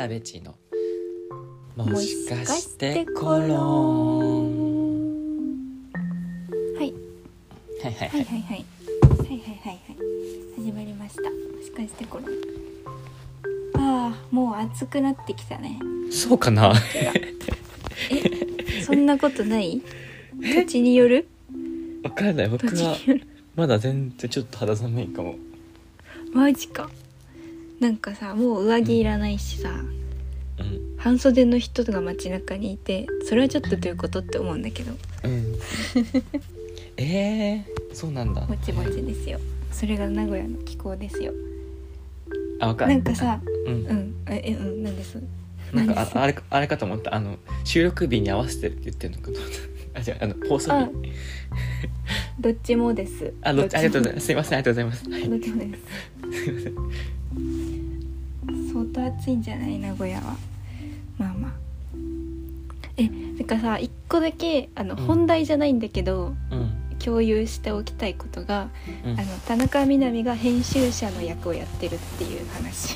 田ベチのもしかしてコロン。 はいはいはいはいはいはいはいはいはいはい始まりました。もしかしてコロン。ああ、もう暑くなってきたね。 そうかなそんなことない？土地による？ わかんない。僕はまだ全然ちょっと肌寒いかも。 マジか。なんかさ、もう上着いらないしさ、半袖の人が街中にいて、それはちょっとどういうことって思うんだけど、 そうなんだ。 ぼちぼちですよ。それが名古屋の気候ですよ。 あ、わかなんかさ、 なんです。 なんかあれかと思った。収録日に合わせてるって言ってるのかと思った。あ、じゃあ放送日。 どっちもです。 ありがとうございます。すいません、ありがとうございます。はい、 どっちもです。 すいません。 相当暑いんじゃない？名古屋は。まあまあ。なんかさ、一個だけ本題じゃないんだけど、共有しておきたいことが、田中みな実が編集者の役をやってるっていう話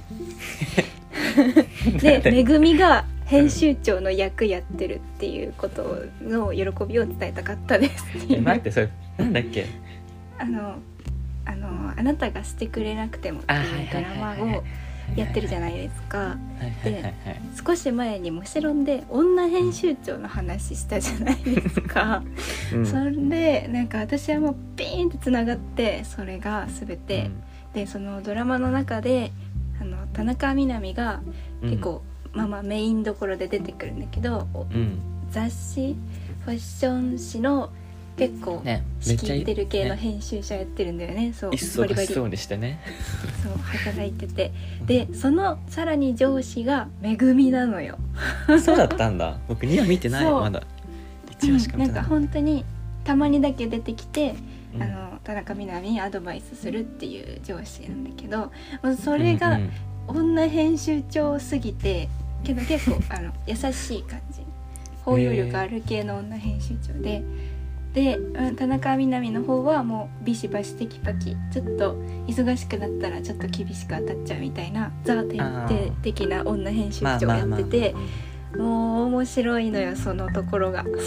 で、めぐみが編集長の役やってるっていうことの喜びを伝えたかったですっていう。 待って、それなんだっけ？ あなたがしてくれなくてもっていうドラマをやってるじゃないですか。で、少し前にもちろんで女編集長の話したじゃないですか、それでなんか私はもうピーンってつながって、それが全て、でそのドラマの中で田中みな実が結構、メインどころで出てくるんだけど、雑誌ファッション誌の結構仕切ってる系の編集者やってるんだよね。そう、 バリバリそうでしたね。 そう働いてて、でそのさらに上司がめぐみなのよ。 そうだったんだ。僕2話見てない。まだ1話しか見てない。 なんか本当にたまにだけ出てきて、田中みな実にアドバイスするっていう上司なんだけど、それが女編集長すぎて、けど結構優しい感じ、包容力ある系の女編集長で、田中みな実の方はもうビシバシテキパキ、ちょっと忙しくなったらちょっと厳しく当たっちゃうみたいなザ典型的な女編集長やってて、もう面白いのよ、そのところが。だ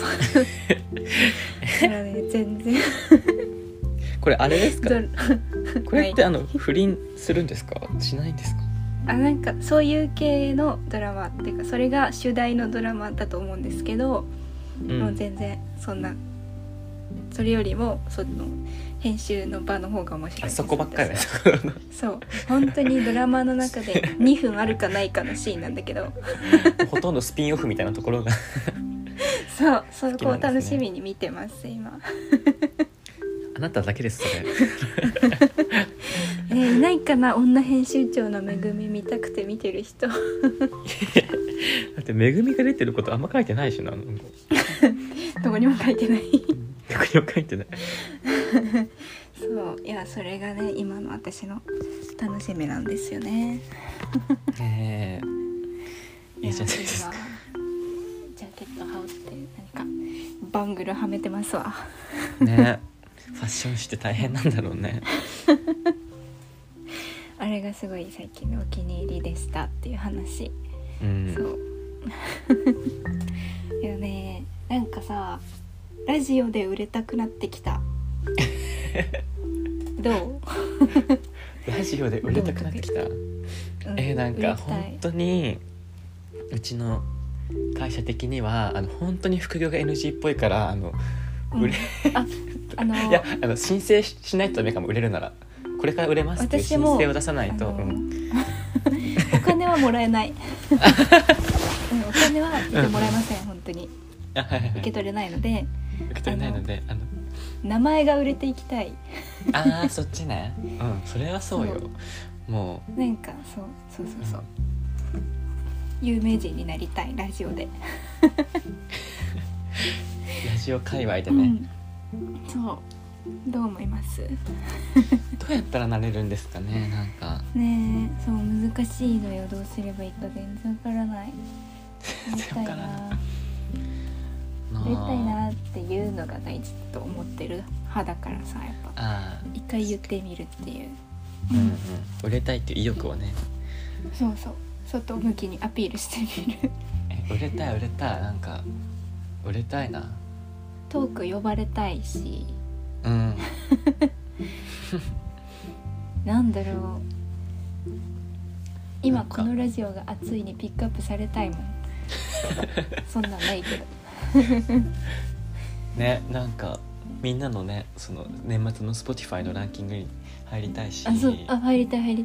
からね、全然これあれですか？これって不倫するんですか？しないんですか？ なんかそういう系のドラマっていうか、それが主題のドラマだと思うんですけど、もう全然それよりもその編集の場の方が面白いです。 そこばっかりね。 そう本当にドラマの中で2分あるかないかのシーンなんだけどほとんどスピンオフみたいなところがそうそこを楽しみに見てます今。 あなただけですそれ。いないかな、女編集長のめぐみ見たくて見てる人。だってめぐみが出てることあんま書いてないしな。 どこにも書いてない。 どこにも書いてない。 そう、いやそれがね、今の私の楽しみなんですよね。 いいじゃないですか。 ジャケット羽織って何かバングルはめてますわ。 ね、ファッションして大変なんだろうね。 あれがすごい最近のお気に入りでしたっていう話。そういやね、なんかさ、ラジオで売れたくなってきた。どう？ ラジオで売れたくなってきた。なんか本当にうちの会社的には本当に副業が NG っぽいから売れいや申請しないとダメかも。売れるならこれから売れますっていう申請を出さないと、 お金はもらえない、お金は出てもらえません、本当に受け取れないので、名前が売れていきたい。 そっちね。それはそうよ。もうなんかそう有名人になりたい、ラジオで。 ラジオ界隈でね、 そうどう思います？ どうやったらなれるんですかね。なんかねえ、そう難しいのよ。どうすればいいか全然わからない。やりたいなっていうのが大事と思ってる派だからさ、やっぱ一回言ってみるっていう、 売れたいっていう意欲をね。 そう外向きにアピールしてみる売れたいなんか売れたいな。 トーク呼ばれたいしなんだろう、今このラジオが熱いにピックアップされたいもんそんなんないけどね、なんかみんなのね、その年末の Spotify のランキングに入りたいし。 入りたい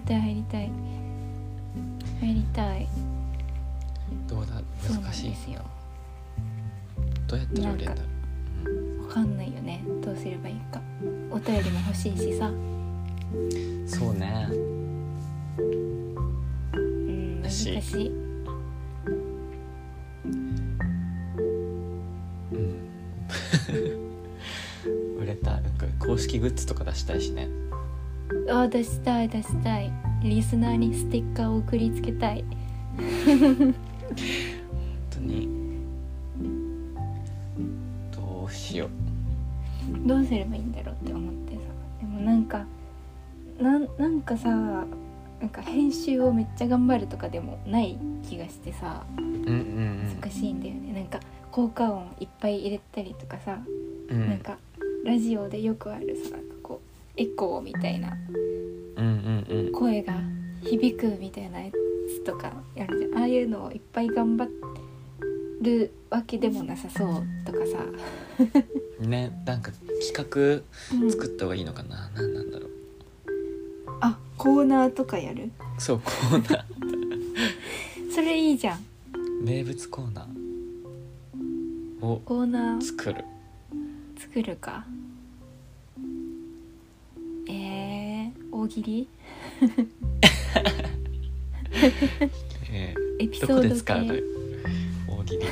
どうだ、難しい。どうやったら売れるんだろう。わかんないよね、どうすればいいか。お便りも欲しいしさ。 そうね、 難しい。 売れたい。なんか公式グッズとか出したいしね。 出したい。リスナーにステッカーを送りつけたい本当にどうしよう、 どうすればいいんだろうって思ってさ。でもなんかさ、なんか編集をめっちゃ頑張るとかでもない気がしてさ、難しいんだよね。なんか効果音いっぱい入れたりとかさ、なんかラジオでよくあるさ、なんかこうエコーみたいな、声が響くみたいなやつとかやるじゃん。ああいうのをいっぱい頑張るわけでもなさそうとかさね、なんか企画作った方がいいのかな、なんなんだろう。 コーナーとかやる？ そう、コーナーそれいいじゃん。 名物コーナーを作るか。大喜利エピソードどこで使うのよ、大喜利を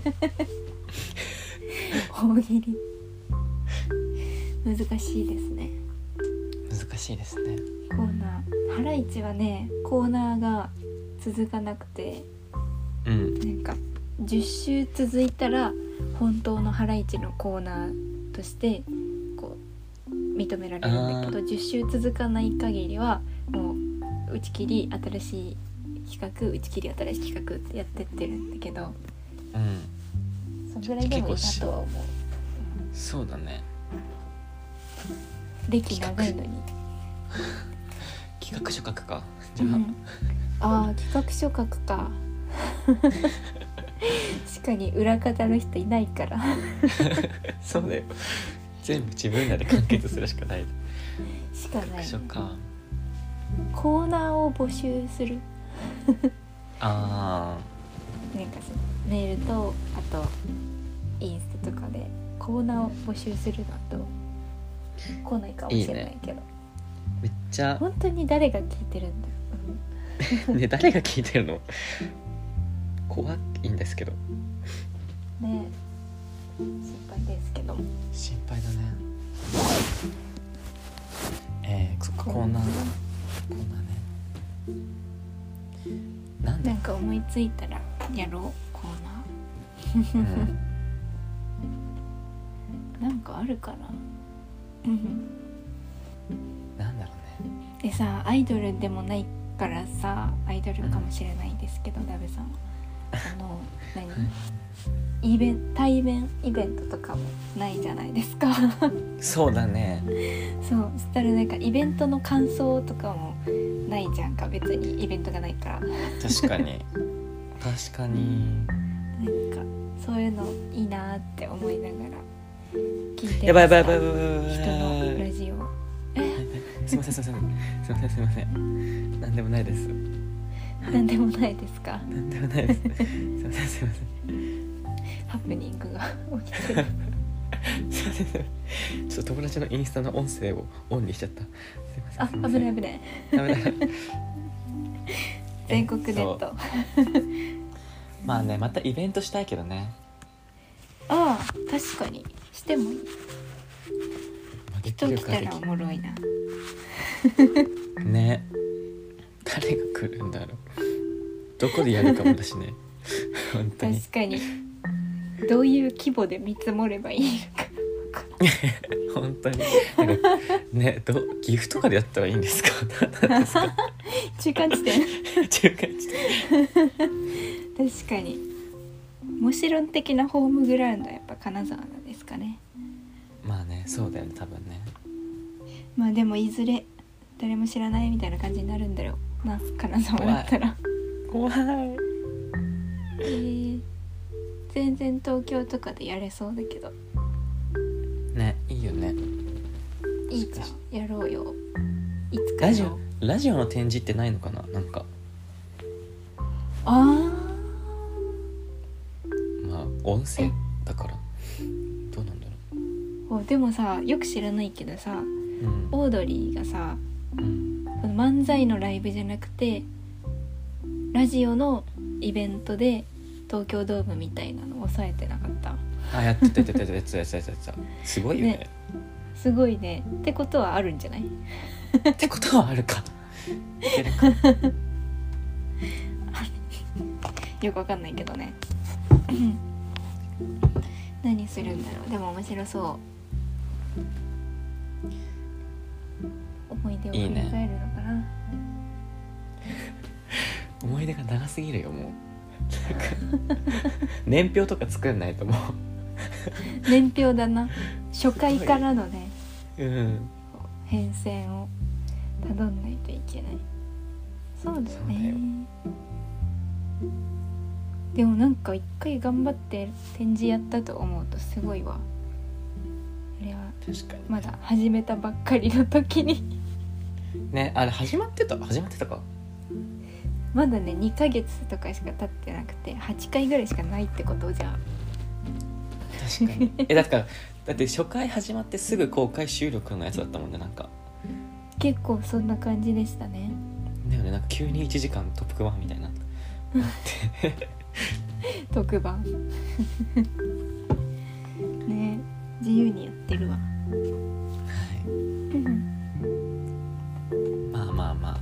大喜利難しいですね。 難しいですね。 コーナー、ハライチはね、コーナーが続かなくて、なんか10週続いたら本当のハライチのコーナーとしてこう認められるんだけど、10週続かない限りはもう打ち切り新しい企画、打ち切り新しい企画ってやってってるんだけど、それぐらいでもいいなとは思う。 そうだね、 歴長いのに企画書書くか、じゃあ、企画書書くか確かに裏方の人いないからそうだよ、全部自分らで完結するしかないしかない。 企画書か。 コーナーを募集するなんかメールとあとインスタとかでコーナーを募集するのと来ないかもしれないけど、 めっちゃ本当に誰が聞いてるんだよね、誰が聞いてるの怖いんですけどね、心配ですけど。 心配だね。そっか、コーナーね。 なんか思いついたらやろう、コーナーなんかあるかな。 なんだろうね。 でさ、アイドルでもないからさ、アイドルかもしれないですけど、ダベさん対面イベントとかもないじゃないですかそうだね。 そうしたらなんかイベントの感想とかもないじゃんか、別にイベントがないから。 確かに確かに。 なんかそういうのいいなって思いながら聞いてました。 やばい人のラジオ。 すいません。なんでもないです。 なんでもないですか。 なんでもないです。すいません。 ハプニングが起きてる。 すいません。ちょっと友達のインスタの音声をオンにしちゃった。すいません。 危ない。全国ネット。 まあね、またイベントしたいけどね。 ああ、確かにしてもいい。人来たらおもろいな。 ね。誰が来るんだろう。どこでやるかもだしね。本当に。 確かに。どういう規模で見積もればいいのか本当になんかね、岐阜とかでやったらいいんですか？何ですか？ 中間地点中間地点確かにもちろん的なホームグラウンドはやっぱ金沢なんですかね。 まあね、そうだよね、多分ね。 まあでもいずれ誰も知らないみたいな感じになるんだろうな、金沢だったら。 怖い。 全然東京とかでやれそうだけどね、いいよね。 いいじゃん、やろうよ。いつかラジオの展示ってないのかな、なんか。 あまあ音声だからどうなんだろあ、でもさ、よく知らないけどさ、 う。 オードリーがさ、 うん、 この漫才のライブじゃなくてラジオのイベントで東京ドームみたいなの抑えてなかった？ あ、やってたすごいよね。 すごいね。ってことはあるんじゃない？ ってことはあるか。いけるか。 よくわかんないけどね。何するんだろう。でも面白そう。思い出を振り返るのかな。いいね、 思い出が長すぎるよ、もう。年表とか作んないともう。 年表だな。初回からのね、 うん、 変遷をたどんないといけない。そうだね。でもなんか一回頑張って展示やったと思うとすごいわ。あれはまだ始めたばっかりの時にね、あれ始まってたか。 まだね2ヶ月とかしか経ってなくて8回ぐらいしかないってことじゃ。 確かに。だって初回始まってすぐ公開収録のやつだったもんね、なんか。 結構そんな感じでしたね。 だよね、なんか急に1時間特番みたいな特番ね、自由にやってるわ。はい、 まあ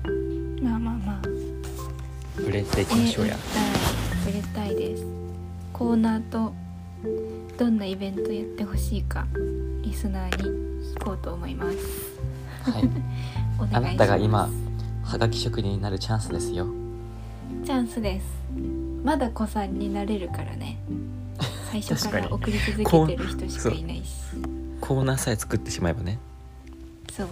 売れていきましょうや。 売れたいです。コーナーとどんなイベントやってほしいかリスナーに聞こうと思います。 はい。お願いします。あなたが今はがき職人になるチャンスですよ。 チャンスです。まだ子さんになれるからね。最初から送り続けてる人しかいないし。 コーナーさえ作ってしまえばね。 そう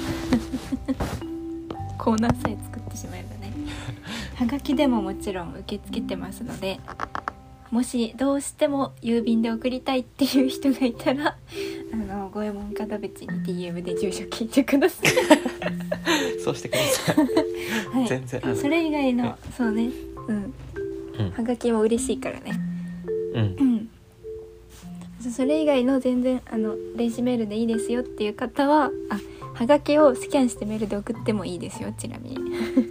コーナーさえ作ってしまえばね。はがきでももちろん受け付けてますので、もしどうしても郵便で送りたいっていう人がいたら五右衛門門淵に DM で住所聞いてください。 そうしてください。はい、全然それ以外のそうね、はがきも嬉しいからね。それ以外の全然電子メールでいいですよっていう方ははがきをスキャンしてメールで送ってもいいですよ、ちなみに。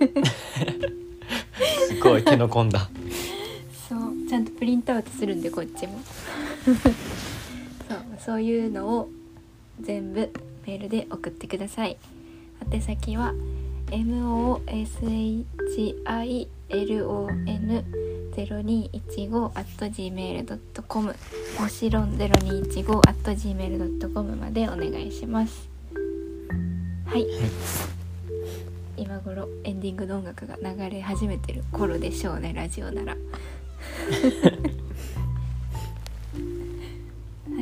すごい手の込んだ。 そうちゃんとプリントアウトするんでこっちも。そういうのを全部メールで送ってください。宛先は moshilon0215@gmail.com もしろん 0215@gmail.com までお願いします。はい、今頃エンディングの音楽が流れ始めてる頃でしょうね、ラジオなら。はい、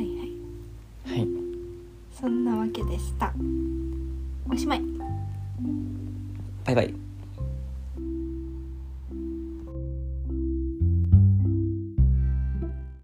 そんなわけでした。おしまい。 バイバイ。